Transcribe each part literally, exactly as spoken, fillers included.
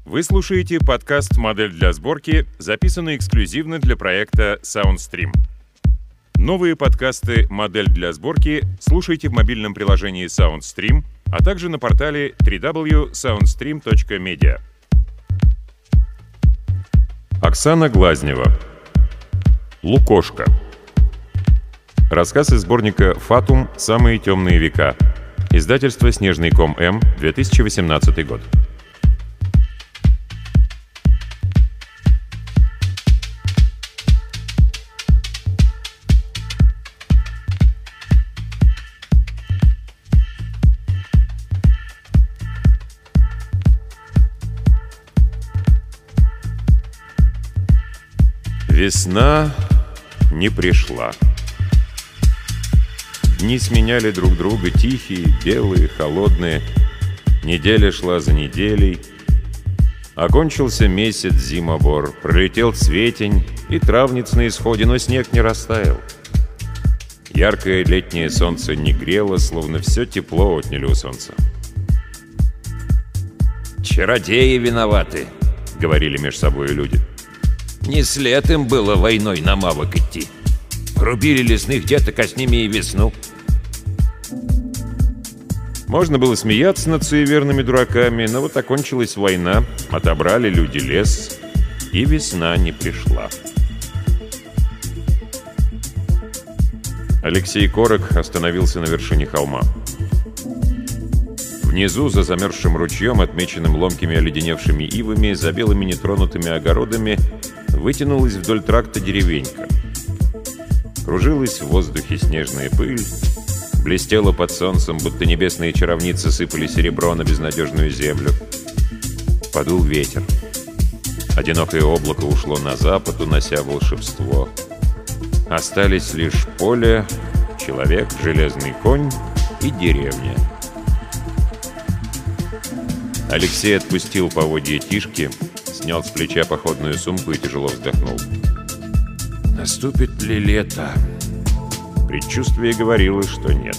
Вы слушаете подкаст «Модель для сборки», записанный эксклюзивно для проекта SoundStream. Новые подкасты «Модель для сборки» слушайте в мобильном приложении SoundStream, а также на портале дабл ю дабл ю дабл ю точка саундстрим точка медиа. Оксана Глазнева. «Лукошко». Рассказ из сборника «Фатум. Самые темные века». Издательство «Снежный ком М», две тысячи восемнадцатый год. Весна не пришла. Дни сменяли друг друга, тихие, белые, холодные. Неделя шла за неделей. Окончился месяц зимобор, пролетел цветень и травниц на исходе, но снег не растаял. Яркое летнее солнце не грело, словно все тепло отняли у солнца. «Чародеи виноваты», — говорили между собой люди. «Не след им было войной на мавок идти. Рубили лесных деток, а с ними и весну». Можно было смеяться над суеверными дураками, но вот окончилась война, отобрали люди лес, и весна не пришла. Алексей Корок остановился на вершине холма. Внизу, за замерзшим ручьем, отмеченным ломкими оледеневшими ивами, за белыми нетронутыми огородами, вытянулась вдоль тракта деревенька. Кружилась в воздухе снежная пыль, блестела под солнцем, будто небесные чаровницы сыпали серебро на безнадежную землю. Подул ветер. Одинокое облако ушло на запад, унося волшебство. Остались лишь поле, человек, железный конь и деревня. Алексей отпустил поводья Тишки, снял с плеча походную сумку и тяжело вздохнул. Наступит ли лето? Предчувствие говорило, что нет.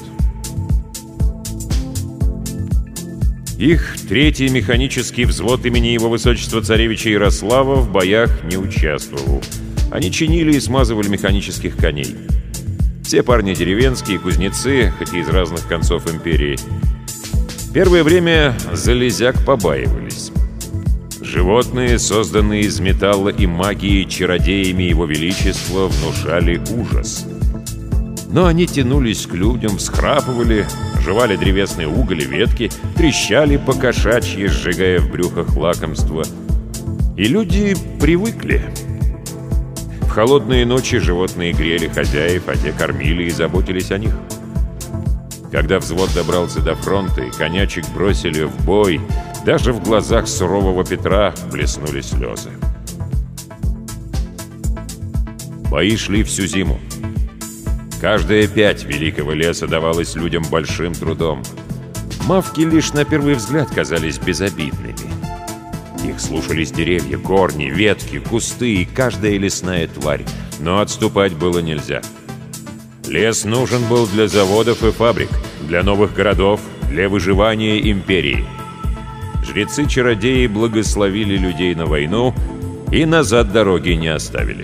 Их третий механический взвод имени его высочества царевича Ярослава в боях не участвовал. Они чинили и смазывали механических коней. Все парни деревенские, кузнецы, хоть и из разных концов империи. Первое время залезяк побаивались. Животные, созданные из металла и магии чародеями его величества, внушали ужас. Но они тянулись к людям, всхрапывали, жевали древесные уголь и ветки, трещали по-кошачьи, сжигая в брюхах лакомства. И люди привыкли. В холодные ночи животные грели хозяев, а те кормили и заботились о них. Когда взвод добрался до фронта и конячек бросили в бой, даже в глазах сурового Петра блеснули слезы. Бои шли всю зиму. Каждая пять великого леса давалась людям большим трудом. Мавки лишь на первый взгляд казались безобидными. Их слушались деревья, корни, ветки, кусты и каждая лесная тварь, но отступать было нельзя. Лес нужен был для заводов и фабрик, для новых городов, для выживания империи. Жрецы-чародеи благословили людей на войну и назад дороги не оставили.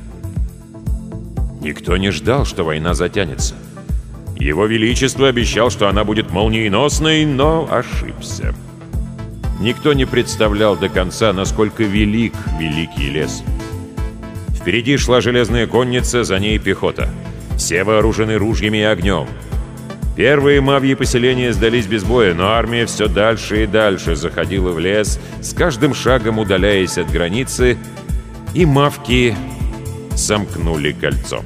Никто не ждал, что война затянется. Его Величество обещал, что она будет молниеносной, но ошибся. Никто не представлял до конца, насколько велик Великий лес. Впереди шла железная конница, за ней пехота. Все вооружены ружьями и огнем. Первые мавьи поселения сдались без боя, но армия все дальше и дальше заходила в лес, с каждым шагом удаляясь от границы, и мавки сомкнули кольцо.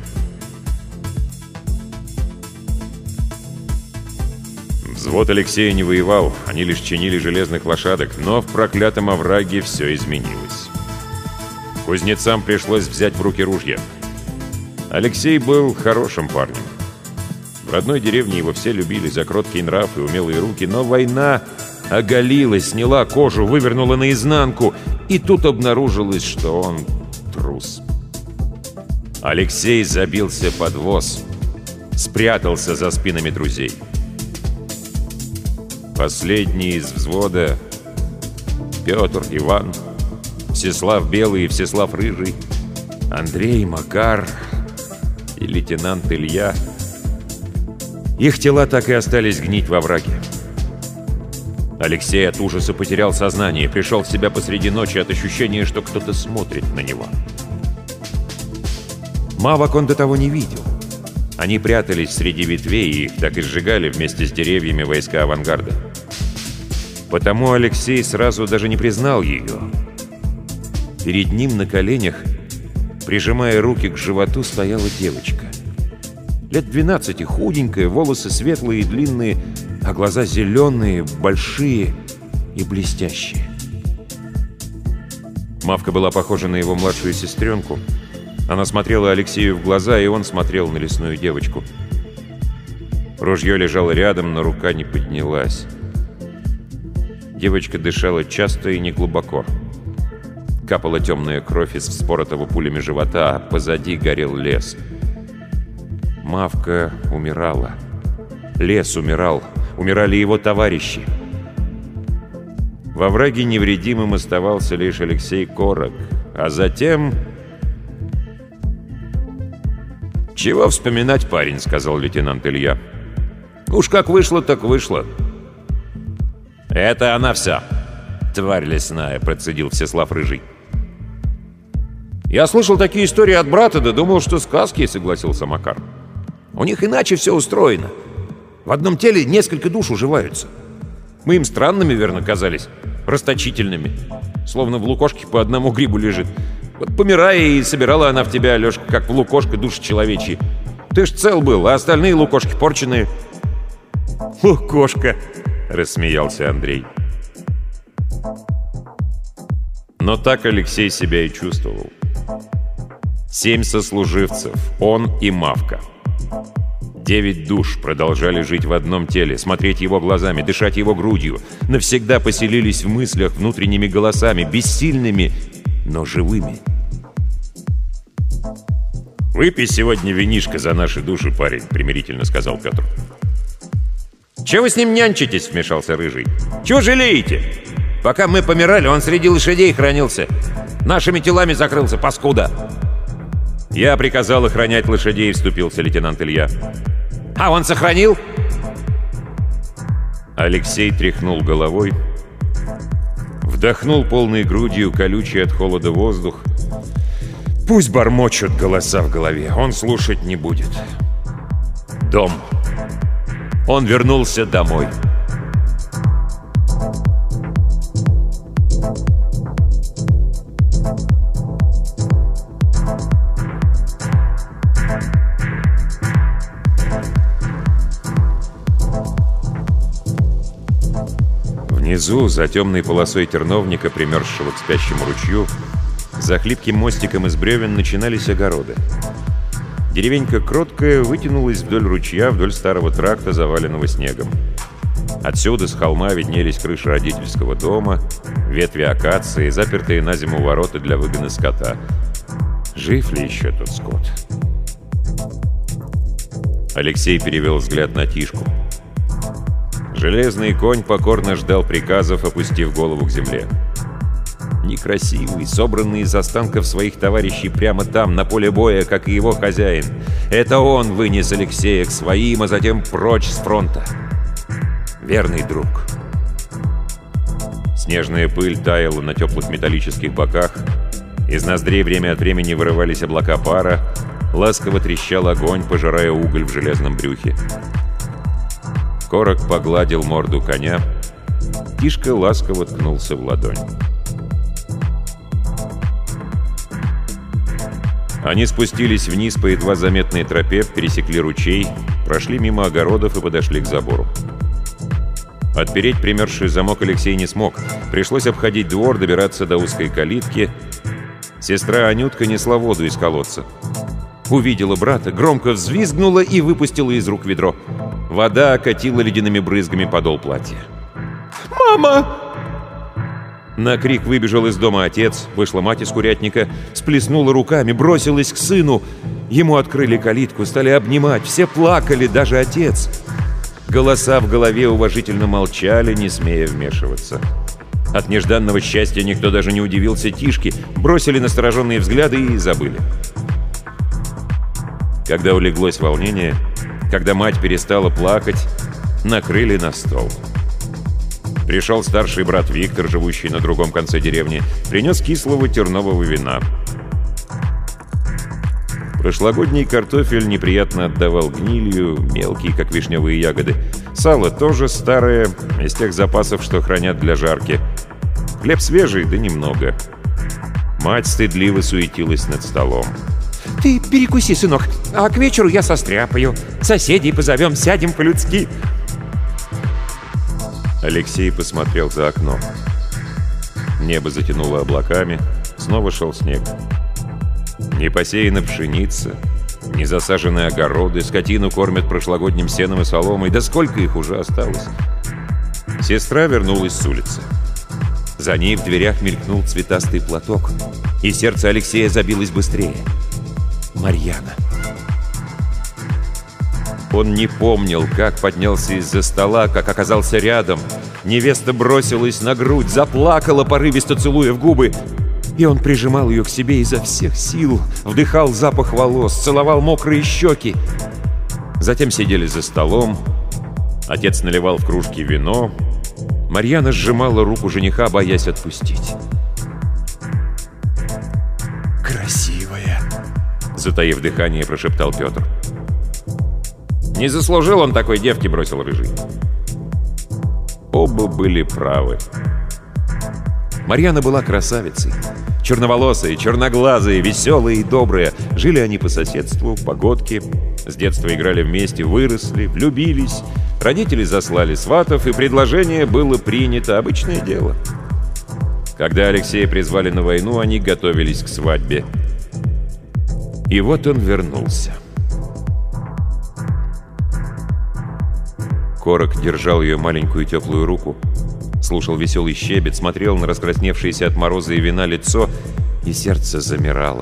Взвод Алексея не воевал, они лишь чинили железных лошадок, но в проклятом овраге все изменилось. Кузнецам пришлось взять в руки ружья. Алексей был хорошим парнем. В родной деревне его все любили за кроткий нрав и умелые руки, но война оголила, сняла кожу, вывернула наизнанку, и тут обнаружилось, что он трус. Алексей забился под воз, спрятался за спинами друзей. Последний из взвода Петр, Иван, Всеслав Белый и Всеслав Рыжий, Андрей, Макар и лейтенант Илья. Их тела так и остались гнить во овраге. Алексей от ужаса потерял сознание, пришел в себя посреди ночи от ощущения, что кто-то смотрит на него. Мавок он до того не видел. Они прятались среди ветвей, и их так и сжигали вместе с деревьями войска авангарда. Потому Алексей сразу даже не признал ее. Перед ним на коленях, прижимая руки к животу, стояла девочка. Лет двенадцати, худенькая, волосы светлые и длинные, а глаза зеленые, большие и блестящие. Мавка была похожа на его младшую сестренку. Она смотрела Алексею в глаза, и он смотрел на лесную девочку. Ружье лежало рядом, но рука не поднялась. Девочка дышала часто и неглубоко. Капала темная кровь из вспоротого пулями живота, а позади горел лес. Мавка умирала. Лес умирал. Умирали его товарищи. Во овраге невредимым оставался лишь Алексей Корок. А затем... «Чего вспоминать, парень?» — сказал лейтенант Илья. «Уж как вышло, так вышло». «Это она вся, тварь лесная», — процедил Всеслав Рыжий. «Я слышал такие истории от брата, да думал, что сказки», — согласился Макар. «У них иначе все устроено. В одном теле несколько душ уживаются. Мы им странными, верно, казались, расточительными. Словно в лукошке по одному грибу лежит. Вот помирая, и собирала она в тебя, Алешка, как в лукошко души человечьи. Ты ж цел был, а остальные лукошки порченые». «Лукошка», — рассмеялся Андрей. Но так Алексей себя и чувствовал. Семь сослуживцев, он и Мавка. Девять душ продолжали жить в одном теле, смотреть его глазами, дышать его грудью. Навсегда поселились в мыслях внутренними голосами, бессильными, но живыми. «Выпей сегодня винишко за наши души, парень», — примирительно сказал Петр. «Чего вы с ним нянчитесь?» — вмешался Рыжий. «Чего жалеете? Пока мы помирали, он среди лошадей хранился. Нашими телами закрылся, паскуда». «Я приказал охранять лошадей», — вступился лейтенант Илья. «А он сохранил?» Алексей тряхнул головой, вдохнул полной грудью колючий от холода воздух. Пусть бормочут голоса в голове, он слушать не будет. Дом. Он вернулся домой. Внизу, за темной полосой терновника, примерзшего к спящему ручью, за хлипким мостиком из бревен начинались огороды. Деревенька Кроткая вытянулась вдоль ручья, вдоль старого тракта, заваленного снегом. Отсюда с холма виднелись крыши родительского дома, ветви акации, запертые на зиму ворота для выгона скота. Жив ли еще тот скот? Алексей перевел взгляд на Тишку. Железный конь покорно ждал приказов, опустив голову к земле. Некрасивый, собранный из останков своих товарищей прямо там, на поле боя, как и его хозяин. Это он вынес Алексея к своим, а затем прочь с фронта. Верный друг. Снежная пыль таяла на теплых металлических боках. Из ноздрей время от времени вырывались облака пара. Ласково трещал огонь, пожирая уголь в железном брюхе. Корок погладил морду коня. Тишка ласково ткнулся в ладонь. Они спустились вниз по едва заметной тропе, пересекли ручей, прошли мимо огородов и подошли к забору. Отпереть примерзший замок Алексей не смог. Пришлось обходить двор, добираться до узкой калитки. Сестра Анютка несла воду из колодца. Увидела брата, громко взвизгнула и выпустила из рук ведро. Вода окатила ледяными брызгами подол платья. «Мама!» На крик выбежал из дома отец, вышла мать из курятника, сплеснула руками, бросилась к сыну. Ему открыли калитку, стали обнимать, все плакали, даже отец. Голоса в голове уважительно молчали, не смея вмешиваться. От нежданного счастья никто даже не удивился Тишке, бросили настороженные взгляды и забыли. Когда улеглось волнение, когда мать перестала плакать, накрыли на стол. Пришел старший брат Виктор, живущий на другом конце деревни, принес кислого тернового вина. Прошлогодний картофель неприятно отдавал гнилью, мелкий, как вишневые ягоды. Сало тоже старое, из тех запасов, что хранят для жарки. Хлеб свежий, да немного. Мать стыдливо суетилась над столом. «Ты перекуси, сынок, а к вечеру я состряпаю. Соседей позовем, сядем по-людски». Алексей посмотрел за окно. Небо затянуло облаками, снова шел снег. Не посеяна пшеница, не засажены огороды, скотину кормят прошлогодним сеном и соломой. Да сколько их уже осталось? Сестра вернулась с улицы. За ней в дверях мелькнул цветастый платок, и сердце Алексея забилось быстрее. Марьяна. Он не помнил, как поднялся из-за стола, как оказался рядом. Невеста бросилась на грудь, заплакала, порывисто целуя в губы. И он прижимал ее к себе изо всех сил, вдыхал запах волос, целовал мокрые щеки. Затем сидели за столом. Отец наливал в кружки вино. Марьяна сжимала руку жениха, боясь отпустить. «Красивая», — затаив дыхание, прошептал Петр. «Не заслужил он такой девки», — бросил Рыжий. Оба были правы. Марьяна была красавицей. Черноволосая, черноглазая, веселая и добрая. Жили они по соседству, в погодке. С детства играли вместе, выросли, влюбились. Родители заслали сватов, и предложение было принято. Обычное дело. Когда Алексея призвали на войну, они готовились к свадьбе. И вот он вернулся. Корок держал ее маленькую теплую руку, слушал веселый щебет, смотрел на раскрасневшееся от мороза и вина лицо, и сердце замирало.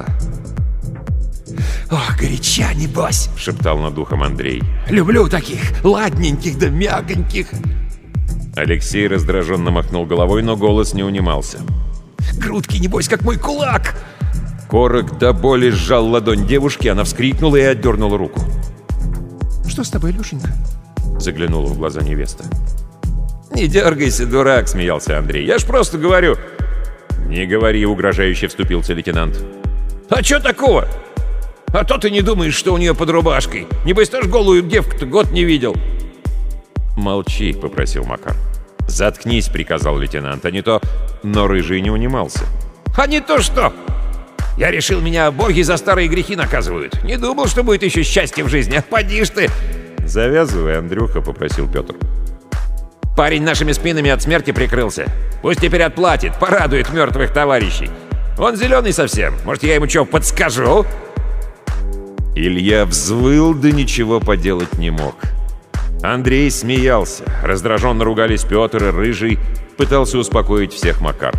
«Ох, горяча, небось!» — шептал над ухом Андрей. «Люблю таких, ладненьких да мягоньких!» Алексей раздраженно махнул головой, но голос не унимался. «Грудки, небось, как мой кулак!» Корок до боли сжал ладонь девушки, она вскрикнула и отдернула руку. «Что с тобой, Люшенька?» — заглянула в глаза невеста. «Не дергайся, дурак!» — смеялся Андрей. «Я ж просто говорю!» «Не говори!» — угрожающе вступился лейтенант. «А чё такого? А то ты не думаешь, что у нее под рубашкой. Небось, ты ж голую девку-то год не видел!» «Молчи!» — попросил Макар. «Заткнись!» — приказал лейтенант, а не то... Но Рыжий не унимался. «А не то что! Я решил, меня боги за старые грехи наказывают. Не думал, что будет еще счастье в жизни. А поди ж ты!» «Завязывай, Андрюха!» — попросил Петр. «Парень нашими спинами от смерти прикрылся. Пусть теперь отплатит, порадует мертвых товарищей. Он зеленый совсем. Может, я ему что, подскажу?» Илья взвыл, да ничего поделать не мог. Андрей смеялся. Раздраженно ругались Петр и Рыжий. Пытался успокоить всех Макар.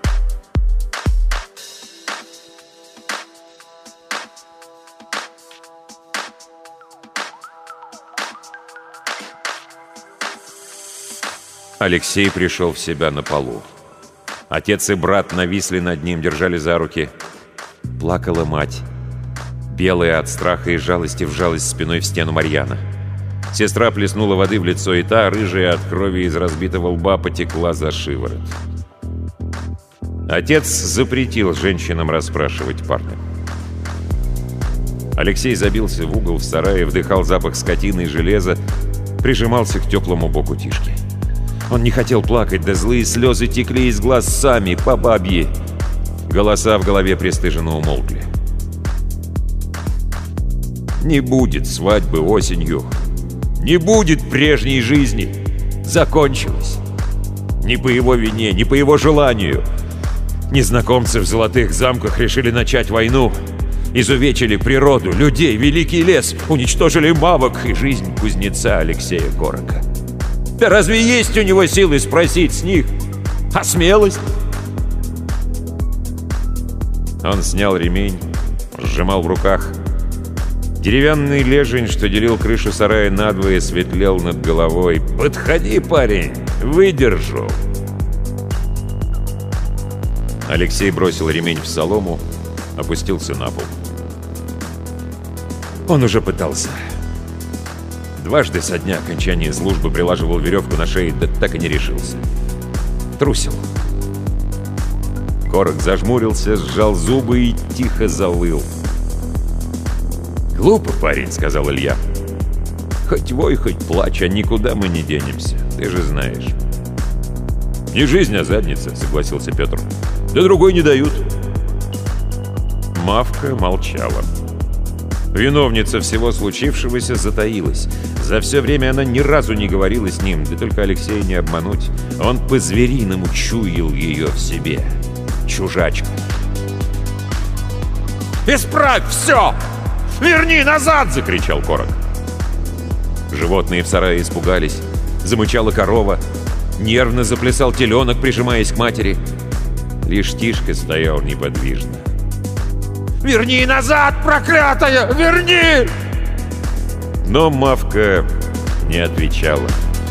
Алексей пришел в себя на полу. Отец и брат нависли над ним, держали за руки. Плакала мать. Белая от страха и жалости вжалась спиной в стену Марьяна. Сестра плеснула воды в лицо, и та, рыжая от крови из разбитого лба, потекла за шиворот. Отец запретил женщинам расспрашивать парня. Алексей забился в угол в сарае, вдыхал запах скотины и железа, прижимался к теплому боку Тишки. Он не хотел плакать, да злые слезы текли из глаз сами, по бабье. Голоса в голове пристыженно умолкли. Не будет свадьбы осенью. Не будет прежней жизни. Закончилось. Не по его вине, не по его желанию. Незнакомцы в золотых замках решили начать войну. Изувечили природу, людей, великий лес. Уничтожили мавок и жизнь кузнеца Алексея Корока. Да разве есть у него силы спросить с них? А смелость? Он снял ремень, сжимал в руках. Деревянный лежень, что делил крышу сарая надвое, светлел над головой. «Подходи, парень, выдержу!» Алексей бросил ремень в солому, опустился на пол. Он уже пытался. Дважды со дня окончания службы прилаживал веревку на шее, да так и не решился. Трусил. Корок зажмурился, сжал зубы и тихо завыл. «Глупо, парень», — сказал Илья. «Хоть вой, хоть плачь, а никуда мы не денемся, ты же знаешь». «Не жизнь, а задница», — согласился Петр. «Да другой не дают». Мавка молчала. Виновница всего случившегося затаилась. За все время она ни разу не говорила с ним, да только Алексея не обмануть. Он по-звериному чуял ее в себе. Чужачку. «Исправь все! Верни назад!» — закричал Корок. Животные в сарае испугались. Замычала корова. Нервно заплясал теленок, прижимаясь к матери. Лишь Тишка стоял неподвижно. «Верни назад, проклятая! Верни!» Но Мавка не отвечала.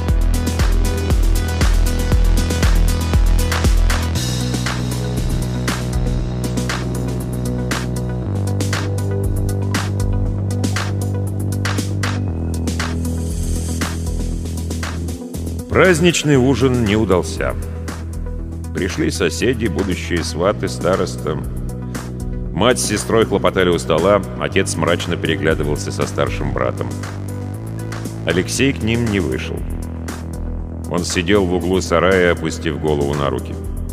Праздничный ужин не удался. Пришли соседи, будущие сваты, староста. Мать с сестрой хлопотали у стола, отец мрачно переглядывался со старшим братом. Алексей к ним не вышел. Он сидел в углу сарая, опустив голову на руки.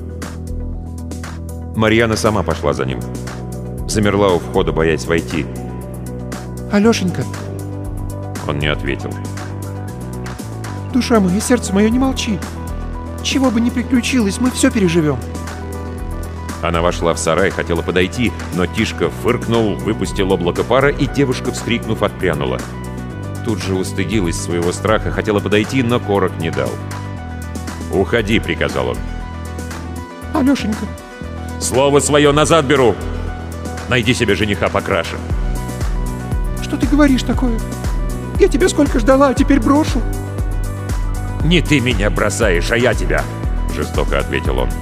Марьяна сама пошла за ним. Замерла у входа, боясь войти. «Алешенька!» Он не ответил. «Душа моя, сердце мое, не молчи! Чего бы ни приключилось, мы все переживем!» Она вошла в сарай, хотела подойти, но Тишка фыркнул, выпустил облако пара, и девушка, вскрикнув, отпрянула. Тут же устыдилась своего страха, хотела подойти, но Корок не дал. «Уходи», — приказал он. «Алешенька!» «Слово свое назад беру! Найди себе жениха покраше!» «Что ты говоришь такое? Я тебя сколько ждала, а теперь брошу!» «Не ты меня бросаешь, а я тебя!» — жестоко ответил он.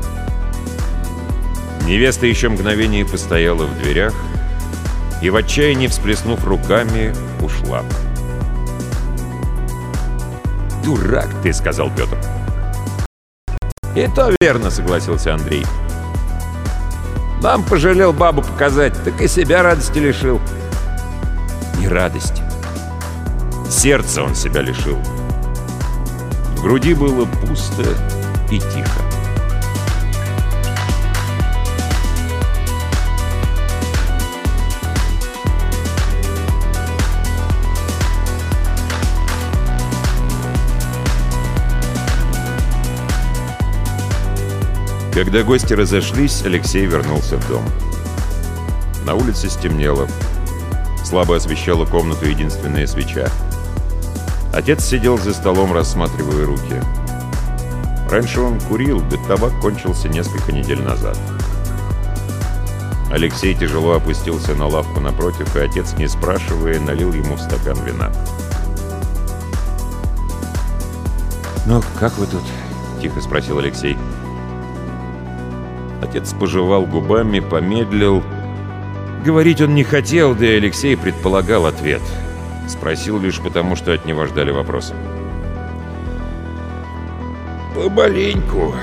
Невеста еще мгновение постояла в дверях и, в отчаянии всплеснув руками, ушла. «Дурак ты!» — сказал Петр. «И то верно!» — согласился Андрей. «Нам пожалел бабу показать, так и себя радости лишил». Не радости. Сердца он себя лишил. В груди было пусто и тихо. Когда гости разошлись, Алексей вернулся в дом. На улице стемнело. Слабо освещала комнату единственная свеча. Отец сидел за столом, рассматривая руки. Раньше он курил, да табак кончился несколько недель назад. Алексей тяжело опустился на лавку напротив, и отец, не спрашивая, налил ему в стакан вина. «Ну, как вы тут?» — тихо спросил Алексей. Отец пожевал губами, помедлил. Говорить он не хотел, да и Алексей предполагал ответ. Спросил лишь потому, что от него ждали вопросы. «Побаленьку.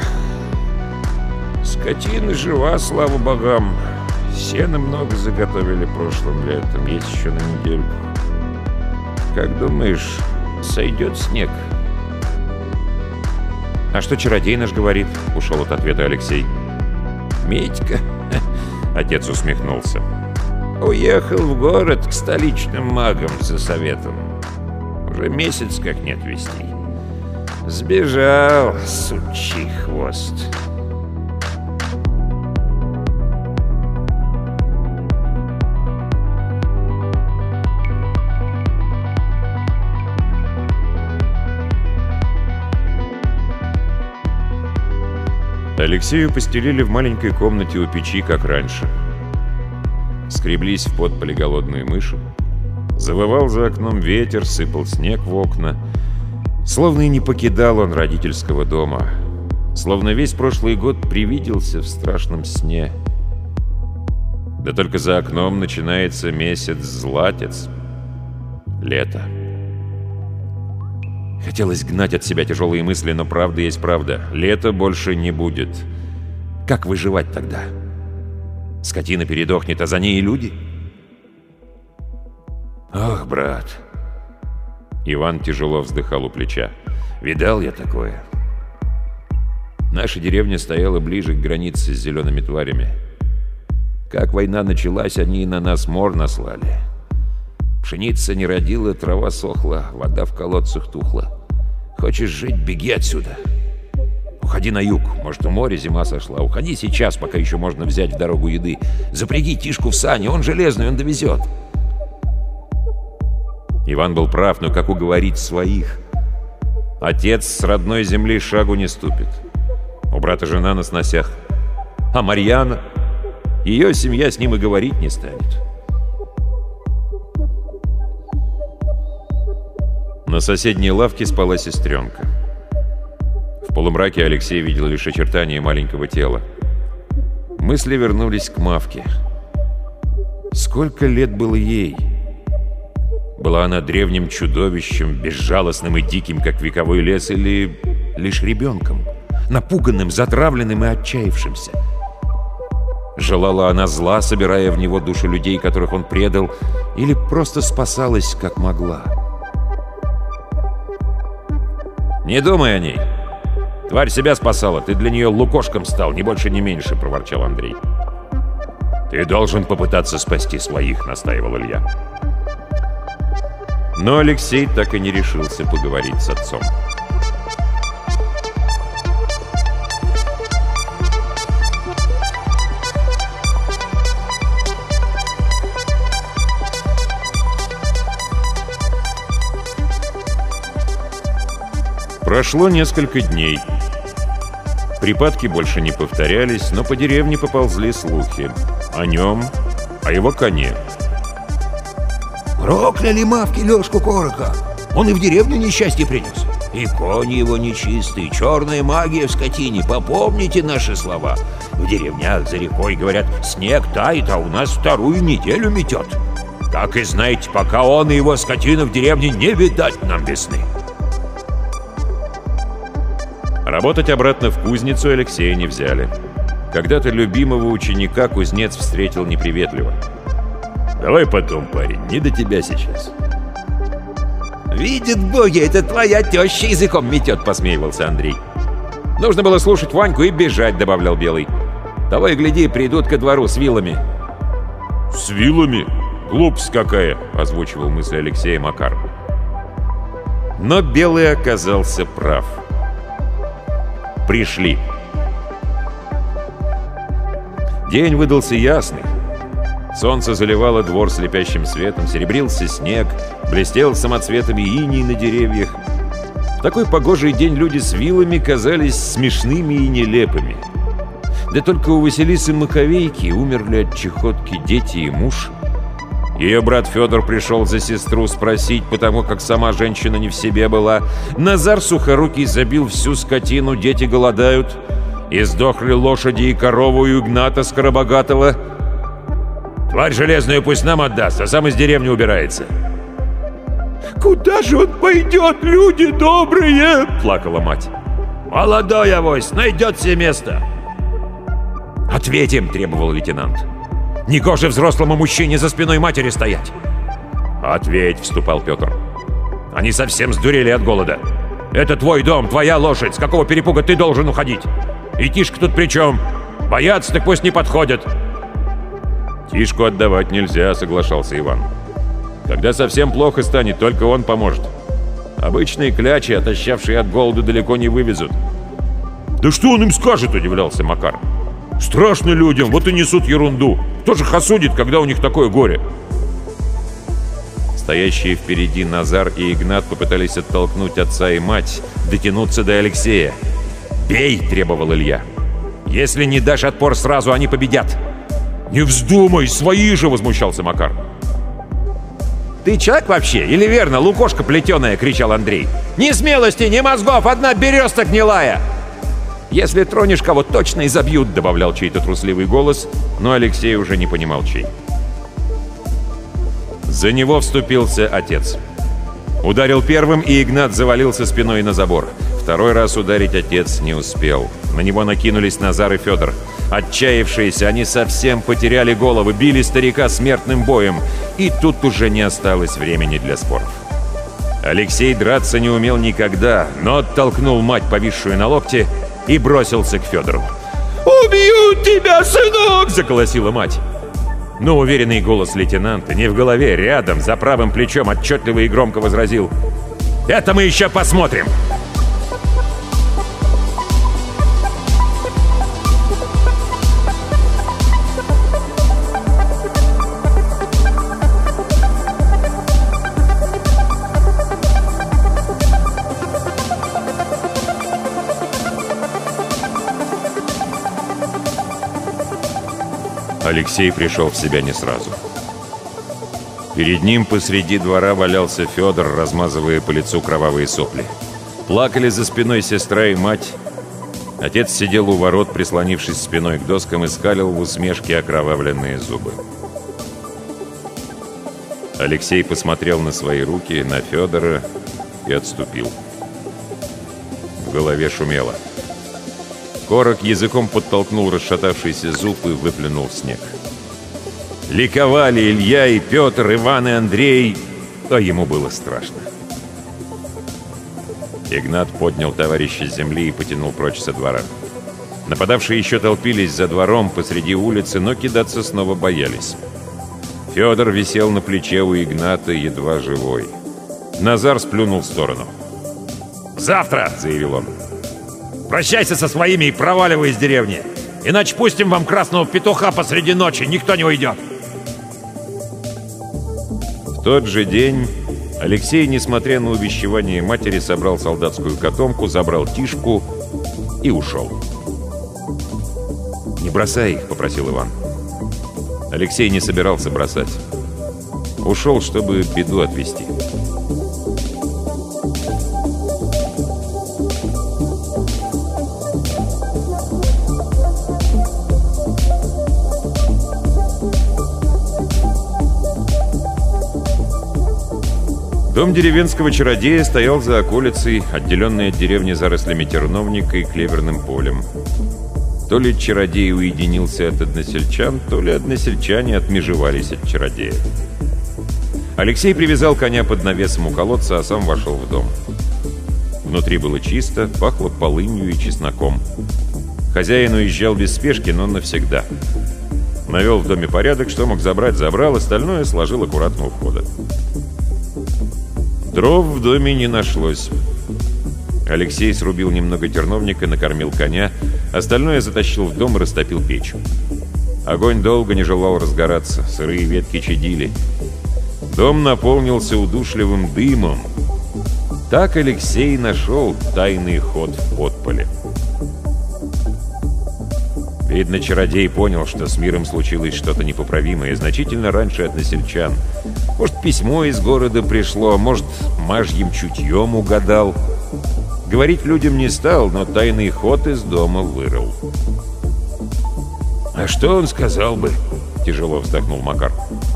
Скотина жива, слава богам. Сена много заготовили прошлым летом, есть еще на неделю. Как думаешь, сойдет снег?» «А что чародей наш говорит?» — ушел от ответа Алексей. «Митька?» — отец усмехнулся. «Уехал в город к столичным магам за советом. Уже месяц как нет вестей. Сбежал, сучий хвост». Алексею постелили в маленькой комнате у печи, как раньше. Скреблись в подполе голодные мыши. Завывал за окном ветер, сыпал снег в окна. Словно и не покидал он родительского дома. Словно весь прошлый год привиделся в страшном сне. Да только за окном начинается месяц-златец. Лето. Хотелось гнать от себя тяжелые мысли, но правда есть правда. Лета больше не будет. Как выживать тогда? Скотина передохнет, а за ней и люди? Ох, брат. Иван тяжело вздыхал у плеча. Видал я такое. Наша деревня стояла ближе к границе с зелеными тварями. Как война началась, они и на нас мор наслали. Пшеница не родила, трава сохла, вода в колодцах тухла. Хочешь жить — беги отсюда. Уходи на юг, может, у моря зима сошла. Уходи сейчас, пока еще можно взять в дорогу еды. Запряги Тишку в сани, он железный, он довезет. Иван был прав, но как уговорить своих? Отец с родной земли шагу не ступит. У брата жена на сносях. А Марьяна? Ее семья с ним и говорить не станет. На соседней лавке спала сестренка. В полумраке Алексей видел лишь очертания маленького тела. Мысли вернулись к Мавке. Сколько лет было ей? Была она древним чудовищем, безжалостным и диким, как вековой лес, или лишь ребенком, напуганным, затравленным и отчаявшимся? Желала она зла, собирая в него души людей, которых он предал, или просто спасалась, как могла? «Не думай о ней. Тварь себя спасала, ты для нее лукошком стал, ни больше, ни меньше», — проворчал Андрей. «Ты должен попытаться спасти своих», — настаивал Илья. Но Алексей так и не решился поговорить с отцом. Прошло несколько дней. Припадки больше не повторялись, но по деревне поползли слухи. О нем, о его коне. Прокляли Мавки Лёшку Корока. Он и в деревню несчастье принес. И конь его нечистый, черная магия в скотине. Попомните наши слова. В деревнях за рекой, говорят, снег тает, а у нас вторую неделю метет. Так и знаете, пока он и его скотина в деревне, не видать нам весны. Работать обратно в кузницу Алексея не взяли. Когда-то любимого ученика кузнец встретил неприветливо. «Давай потом, парень, не до тебя сейчас». «Видят боги, это твоя теща языком метет», — посмеивался Андрей. «Нужно было слушать Ваньку и бежать», — добавлял Белый. «Того и гляди, придут ко двору с вилами». «С вилами? Глупость какая!» — озвучивал мысли Алексея Макар. Но Белый оказался прав. Пришли. День выдался ясный. Солнце заливало двор слепящим светом, серебрился снег, блестел самоцветами иней на деревьях. В такой погожий день люди с вилами казались смешными и нелепыми. Да только у Василисы Маковейки умерли от чехотки дети и муж. Ее брат Федор пришел за сестру спросить, потому как сама женщина не в себе была. Назар Сухорукий забил всю скотину, дети голодают. И сдохли лошади и корову у Игната Скоробогатого. «Тварь железную пусть нам отдаст, а сам из деревни убирается». «Куда же он пойдет, люди добрые?» — плакала мать. «Молодой авось, найдет себе место». «Ответим», — требовал лейтенант. «Негоже взрослому мужчине за спиной матери стоять». «Ответь», — вступал Петр. «Они совсем сдурели от голода. Это твой дом, твоя лошадь. С какого перепуга ты должен уходить? И Тишка тут при чем? Боятся, так пусть не подходят». «Тишку отдавать нельзя», — соглашался Иван. «Когда совсем плохо станет, только он поможет. Обычные клячи, отощавшие от голода, далеко не вывезут». «Да что он им скажет?» — удивлялся Макар. «Страшно людям, вот и несут ерунду. Кто же их осудит, когда у них такое горе?» Стоящие впереди Назар и Игнат попытались оттолкнуть отца и мать, дотянуться до Алексея. «Бей!» — требовал Илья. «Если не дашь отпор сразу, они победят!» «Не вздумай, свои же!» — возмущался Макар. «Ты человек вообще? Или верно, лукошка плетеная?» — кричал Андрей. «Ни смелости, ни мозгов, одна береста гнилая!» «Если тронешь кого, точно изобьют», — добавлял чей-то трусливый голос, но Алексей уже не понимал, чей. За него вступился отец. Ударил первым, и Игнат завалился спиной на забор. Второй раз ударить отец не успел. На него накинулись Назар и Федор. Отчаявшиеся, они совсем потеряли головы, били старика смертным боем. И тут уже не осталось времени для споров. Алексей драться не умел никогда, но оттолкнул мать, повисшую на локте, и бросился к Федору. «Убьют тебя, сынок!» — заколосила мать. Но уверенный голос лейтенанта не в голове, рядом, за правым плечом, отчетливо и громко возразил: «Это мы еще посмотрим!» Алексей пришел в себя не сразу. Перед ним посреди двора валялся Федор, размазывая по лицу кровавые сопли. Плакали за спиной сестра и мать. Отец сидел у ворот, прислонившись спиной к доскам, и скалил в усмешке окровавленные зубы. Алексей посмотрел на свои руки, на Федора и отступил. В голове шумело. Корок языком подтолкнул расшатавшийся зуб и выплюнул в снег. Ликовали Илья и Петр, Иван и Андрей, а ему было страшно. Игнат поднял товарища с земли и потянул прочь со двора. Нападавшие еще толпились за двором посреди улицы, но кидаться снова боялись. Федор висел на плече у Игната, едва живой. Назар сплюнул в сторону. «Завтра!» — заявил он. «Прощайся со своими и проваливай из деревни! Иначе пустим вам красного петуха посреди ночи, никто не уйдет!» В тот же день Алексей, несмотря на увещевание матери, собрал солдатскую котомку, забрал Тишку и ушел. «Не бросай их», — попросил Иван. Алексей не собирался бросать. Ушел, чтобы беду отвести. Дом деревенского чародея стоял за околицей, отделенной от деревни зарослями терновника и клеверным полем. То ли чародей уединился от односельчан, то ли односельчане отмежевались от чародея. Алексей привязал коня под навесом у колодца, а сам вошел в дом. Внутри было чисто, пахло полынью и чесноком. Хозяин уезжал без спешки, но навсегда. Навел в доме порядок, что мог забрать, забрал, остальное сложил аккуратно у входа. Дров в доме не нашлось. Алексей срубил немного терновника, накормил коня, остальное затащил в дом и растопил печь. Огонь долго не желал разгораться, сырые ветки чадили. Дом наполнился удушливым дымом. Так Алексей нашел тайный ход в подполе. Видно, чародей понял, что с миром случилось что-то непоправимое, значительно раньше односельчан. Может, письмо из города пришло, может, мажьим чутьем угадал. Говорить людям не стал, но тайный ход из дома вырыл. «А что он сказал бы?» — тяжело вздохнул Макар.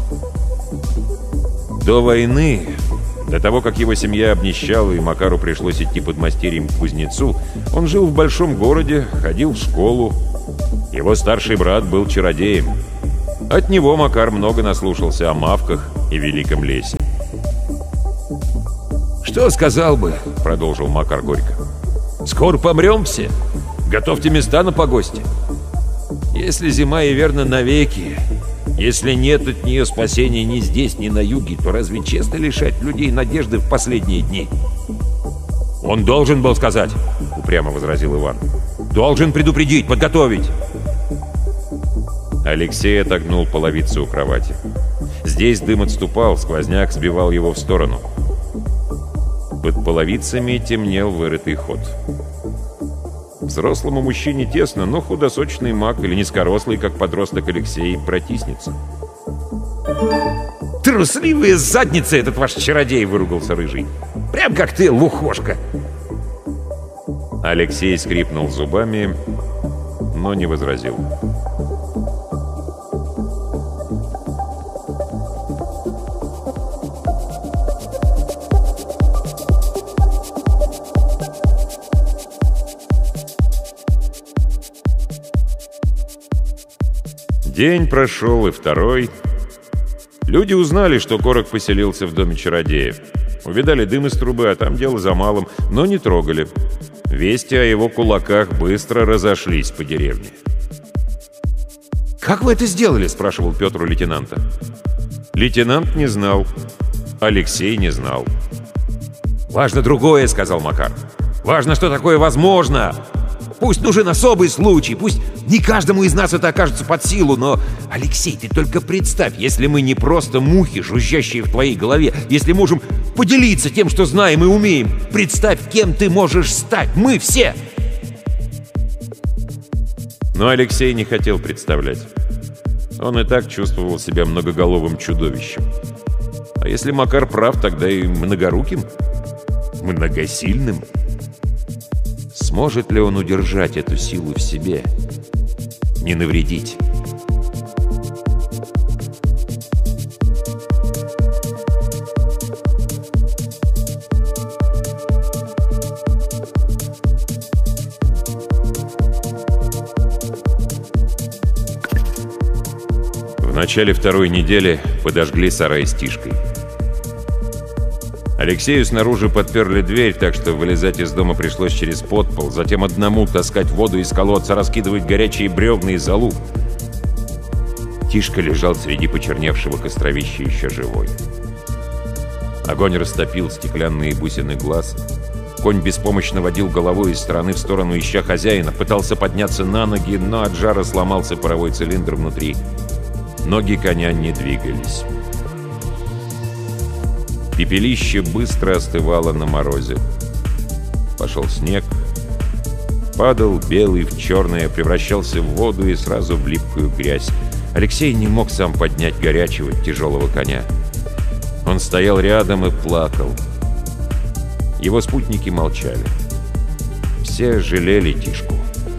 До войны, до того, как его семья обнищала и Макару пришлось идти под мастерьем к кузнецу, он жил в большом городе, ходил в школу. Его старший брат был чародеем. От него Макар много наслушался о мавках и великом лесе. «Что сказал бы?» — продолжил Макар горько. «Скоро помрем все. Готовьте места на погосте. Если зима и верно навеки, если нет от нее спасения ни здесь, ни на юге, то разве честно лишать людей надежды в последние дни?» «Он должен был сказать», — упрямо возразил Иван. «Должен предупредить, подготовить». Алексей отогнул половицу у кровати. Здесь дым отступал, сквозняк сбивал его в сторону. Под половицами темнел вырытый ход. Взрослому мужчине тесно, но худосочный маг или низкорослый, как подросток Алексей, протиснется. «Трусливая задница этот ваш чародей!» — выругался Рыжий. «Прям как ты, лухошка!» Алексей скрипнул зубами, но не возразил. День прошел, и второй. Люди узнали, что Корок поселился в доме чародея. Увидали дым из трубы, а там дело за малым, но не трогали. Вести о его кулаках быстро разошлись по деревне. «Как вы это сделали?» — спрашивал Петр у лейтенанта. Лейтенант не знал. Алексей не знал. «Важно другое», — сказал Макар. «Важно, что такое возможно. Пусть нужен особый случай, пусть не каждому из нас это окажется под силу, но, Алексей, ты только представь, если мы не просто мухи, жужжащие в твоей голове, если можем поделиться тем, что знаем и умеем. Представь, кем ты можешь стать. Мы все!» Но Алексей не хотел представлять. Он и так чувствовал себя многоголовым чудовищем. А если Макар прав, тогда и многоруким, многосильным. Сможет ли он удержать эту силу в себе? Не навредить? В начале второй недели подожгли сарай с Тишкой. Алексею снаружи подперли дверь, так что вылезать из дома пришлось через подпол, затем одному таскать воду из колодца, раскидывать горячие бревна и золу. Тишка лежал среди почерневшего костровища еще живой. Огонь растопил стеклянные бусины глаз. Конь беспомощно водил головой из стороны в сторону, ища хозяина, пытался подняться на ноги, но от жара сломался паровой цилиндр внутри. Ноги коня не двигались. Пепелище быстро остывало на морозе. Пошел снег. Падал белый в черное, превращался в воду и сразу в липкую грязь. Алексей не мог сам поднять горячего, тяжелого коня. Он стоял рядом и плакал. Его спутники молчали. Все жалели Тишку.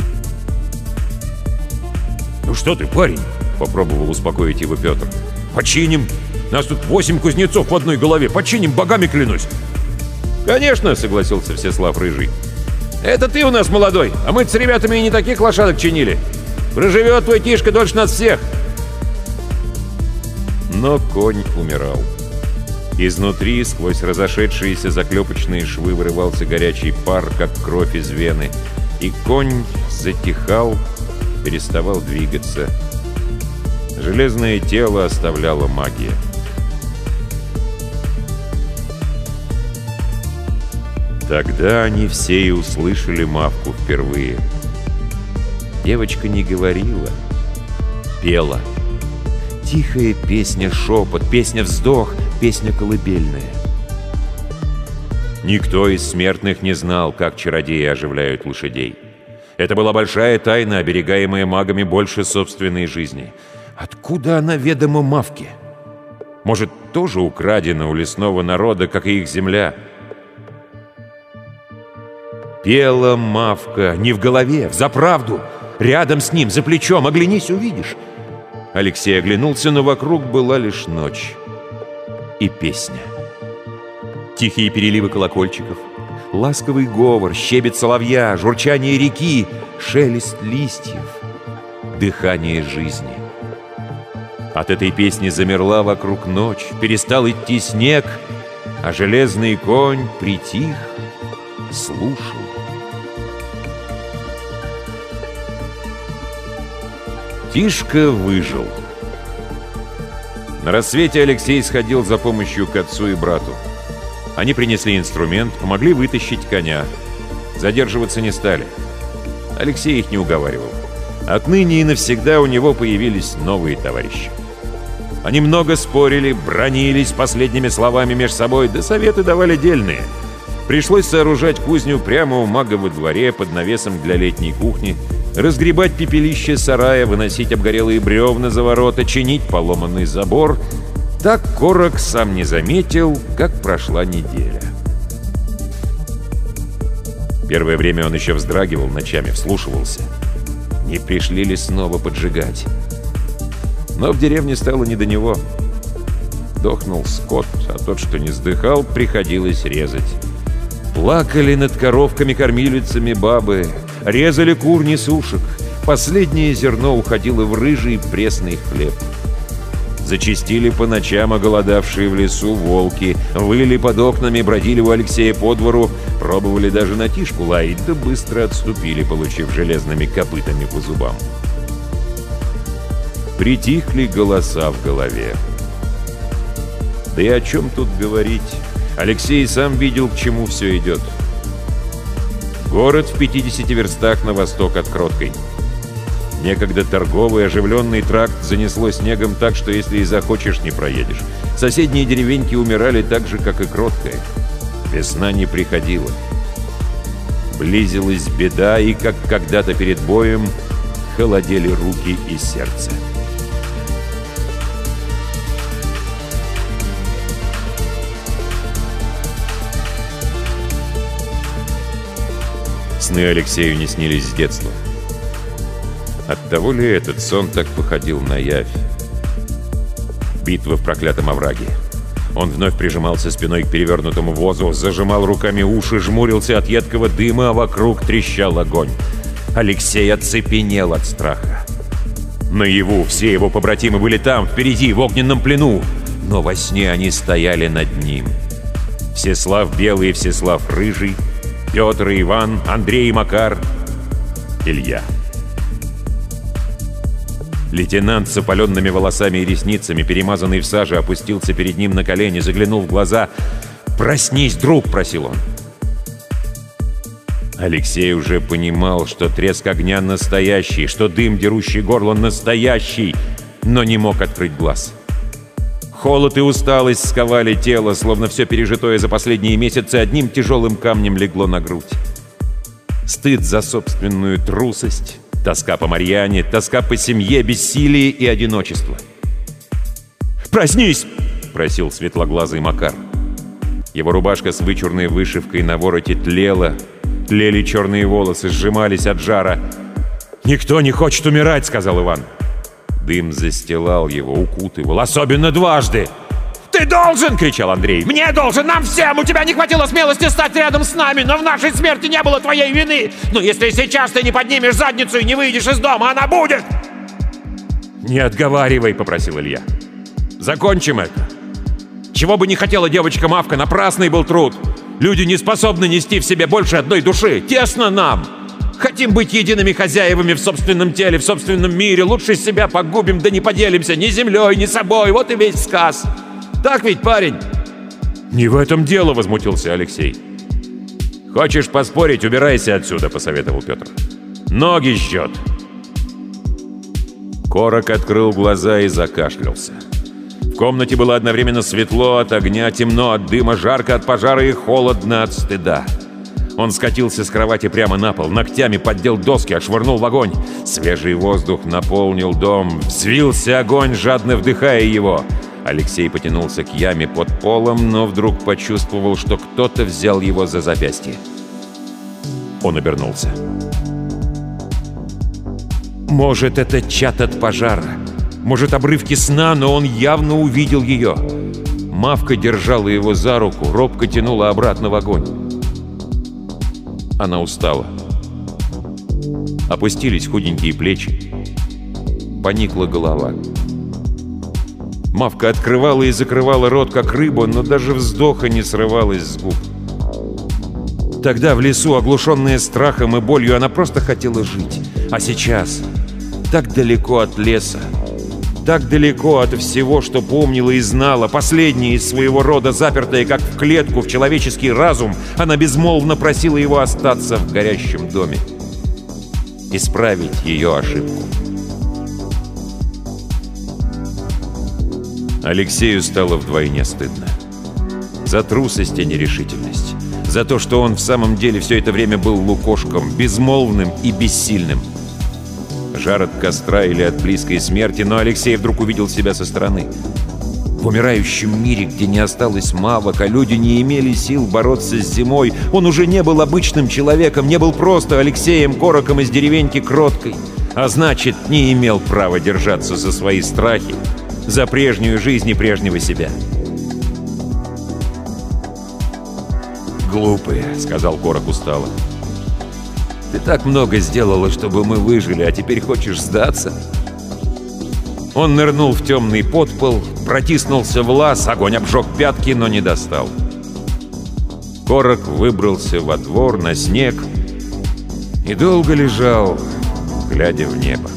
«Ну что ты, парень?» — попробовал успокоить его Петр. «Починим! Нас тут восемь кузнецов в одной голове! Починим, богами клянусь!» «Конечно!» — согласился Всеслав Рыжий. «Это ты у нас молодой, а мы с ребятами и не таких лошадок чинили! Проживет твой Тишка дольше нас всех!» Но конь умирал. Изнутри, сквозь разошедшиеся заклепочные швы, вырывался горячий пар, как кровь из вены, и конь затихал, переставал двигаться. Железное тело оставляла магия. Тогда они все и услышали Мавку впервые. Девочка не говорила, пела. Тихая песня-шепот, песня-вздох, песня колыбельная. Никто из смертных не знал, как чародеи оживляют лошадей. Это была большая тайна, оберегаемая магами больше собственной жизни. Откуда она ведома Мавке? Может, тоже украдена у лесного народа, как и их земля? Пела Мавка не в голове, взаправду. Рядом с ним, за плечом, оглянись, увидишь. Алексей оглянулся, но вокруг была лишь ночь и песня. Тихие переливы колокольчиков, ласковый говор, щебет соловья, журчание реки, шелест листьев, дыхание жизни. От этой песни замерла вокруг ночь, перестал идти снег, а железный конь притих, слушал. Тишка выжил. На рассвете Алексей сходил за помощью к отцу и брату. Они принесли инструмент, помогли вытащить коня. Задерживаться не стали. Алексей их не уговаривал. Отныне и навсегда у него появились новые товарищи. Они много спорили, бранились последними словами меж собой, да советы давали дельные. Пришлось сооружать кузню прямо у мага во дворе под навесом для летней кухни, разгребать пепелище сарая, выносить обгорелые бревна за ворота, чинить поломанный забор. Так Корок сам не заметил, как прошла неделя. Первое время он еще вздрагивал ночами, вслушивался. Не пришли ли снова поджигать? Но в деревне стало не до него. Дохнул скот, а тот, что не сдыхал, приходилось резать. Плакали над коровками-кормилицами бабы, резали кур несушек. Последнее зерно уходило в рыжий пресный хлеб. Зачастили по ночам оголодавшие в лесу волки, выли под окнами, бродили у Алексея по двору, пробовали даже на тишку лаять, да быстро отступили, получив железными копытами по зубам. Притихли голоса в голове. Да и о чем тут говорить? Алексей сам видел, к чему все идет. Город в пятидесяти верстах на восток от Кроткой. Некогда торговый, оживленный тракт занесло снегом так, что если и захочешь, не проедешь. Соседние деревеньки умирали так же, как и Кроткая. Весна не приходила. Близилась беда, и, как когда-то перед боем, холодели руки и сердце. Сны Алексею не снились с детства. Оттого ли этот сон так походил на явь? Битва в проклятом овраге. Он вновь прижимался спиной к перевернутому возу, зажимал руками уши, жмурился от едкого дыма, а вокруг трещал огонь. Алексей оцепенел от страха. Наяву все его побратимы были там, впереди, в огненном плену, но во сне они стояли над ним. Всеслав Белый и Всеслав Рыжий, Петр и Иван, Андрей и Макар, Илья. Лейтенант с опаленными волосами и ресницами, перемазанный в саже, опустился перед ним на колени, заглянул в глаза. «Проснись, друг!» — просил он. Алексей уже понимал, что треск огня настоящий, что дым, дерущий горло, настоящий, но не мог открыть глаз. Холод и усталость сковали тело, словно все пережитое за последние месяцы одним тяжелым камнем легло на грудь. Стыд за собственную трусость, тоска по Марьяне, тоска по семье, бессилие и одиночество. «Проснись!» — просил светлоглазый Макар. Его рубашка с вычурной вышивкой на вороте тлела, тлели черные волосы, сжимались от жара. «Никто не хочет умирать!» — сказал Иван. Дым застилал его, укутывал, особенно дважды. «Ты должен!» — кричал Андрей. «Мне должен! Нам всем! У тебя не хватило смелости стать рядом с нами, но в нашей смерти не было твоей вины! Но если сейчас ты не поднимешь задницу и не выйдешь из дома, она будет!» «Не отговаривай!» — попросил Илья. «Закончим это! Чего бы не хотела девочка Мавка, напрасный был труд! Люди не способны нести в себе больше одной души! Тесно нам! Хотим быть едиными хозяевами в собственном теле, в собственном мире! Лучше себя погубим, да не поделимся ни землей, ни собой! Вот и весь сказ!» «Так ведь, парень?» «Не в этом дело», — возмутился Алексей. «Хочешь поспорить, убирайся отсюда», — посоветовал Петр. «Ноги жжет». Корок открыл глаза и закашлялся. В комнате было одновременно светло от огня, темно от дыма, жарко от пожара и холодно от стыда. Он скатился с кровати прямо на пол, ногтями поддел доски, ошвырнул в огонь. Свежий воздух наполнил дом, взвился огонь, жадно вдыхая его. Алексей потянулся к яме под полом, но вдруг почувствовал, что кто-то взял его за запястье. Он обернулся. Может, это чад от пожара, может, обрывки сна, но он явно увидел ее. Мавка держала его за руку, робко тянула обратно в огонь. Она устала. Опустились худенькие плечи. Поникла голова. Мавка открывала и закрывала рот, как рыба, но даже вздоха не срывалась с губ. Тогда в лесу, оглушенная страхом и болью, она просто хотела жить. А сейчас, так далеко от леса, так далеко от всего, что помнила и знала, последняя из своего рода, запертая как в клетку в человеческий разум, она безмолвно просила его остаться в горящем доме. Исправить ее ошибку. Алексею стало вдвойне стыдно. За трусость и нерешительность. За то, что он в самом деле все это время был лукошком, безмолвным и бессильным. Жар от костра или от близкой смерти, но Алексей вдруг увидел себя со стороны. В умирающем мире, где не осталось мавок, а люди не имели сил бороться с зимой, он уже не был обычным человеком, не был просто Алексеем Короком из деревеньки Кроткой, а значит, не имел права держаться за свои страхи, за прежнюю жизнь и прежнего себя. «Глупые», — сказал Корок устало. «Ты так много сделала, чтобы мы выжили, а теперь хочешь сдаться?» Он нырнул в темный подпол, протиснулся в лаз, огонь обжег пятки, но не достал. Корок выбрался во двор на снег и долго лежал, глядя в небо.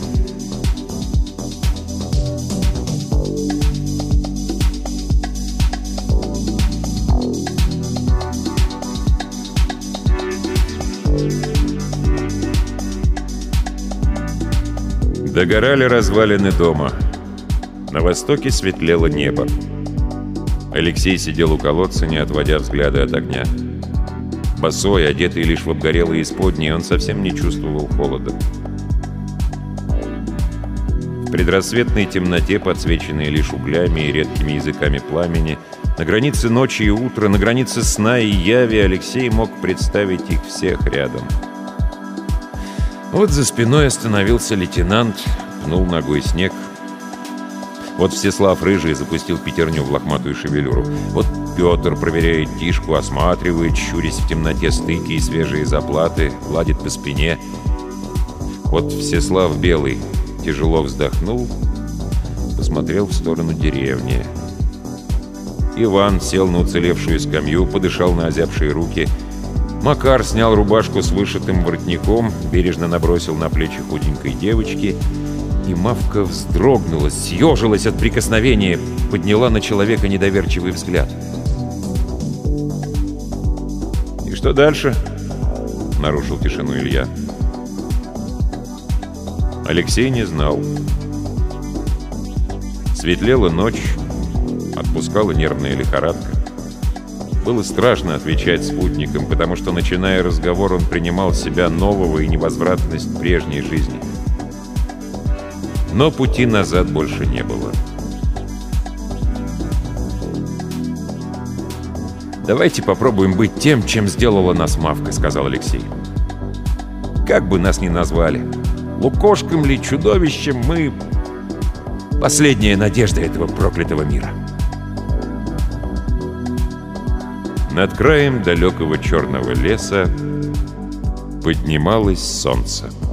Догорали развалины дома. На востоке светлело небо. Алексей сидел у колодца, не отводя взгляда от огня. Босой, одетый лишь в обгорелые исподние, он совсем не чувствовал холода. В предрассветной темноте, подсвеченной лишь углями и редкими языками пламени, на границе ночи и утра, на границе сна и яви, Алексей мог представить их всех рядом. Вот за спиной остановился лейтенант, пнул ногой снег. Вот Всеслав Рыжий запустил пятерню в лохматую шевелюру. Вот Петр проверяет Тишку, осматривает, щурясь в темноте стыки и свежие заплаты, гладит по спине. Вот Всеслав Белый тяжело вздохнул, посмотрел в сторону деревни. Иван сел на уцелевшую скамью, подышал на озябшие руки. Макар снял рубашку с вышитым воротником, бережно набросил на плечи худенькой девочки, и Мавка вздрогнула, съежилась от прикосновения, подняла на человека недоверчивый взгляд. «И что дальше?» — нарушил тишину Илья. Алексей не знал. Светлела ночь, отпускала нервная лихорадка. Было страшно отвечать спутникам, потому что, начиная разговор, он принимал себя нового и невозвратность прежней жизни. Но пути назад больше не было. «Давайте попробуем быть тем, чем сделала нас Мавка», — сказал Алексей. «Как бы нас ни назвали, лукошком ли, чудовищем, мы — последняя надежда этого проклятого мира». Над краем далекого черного леса поднималось солнце.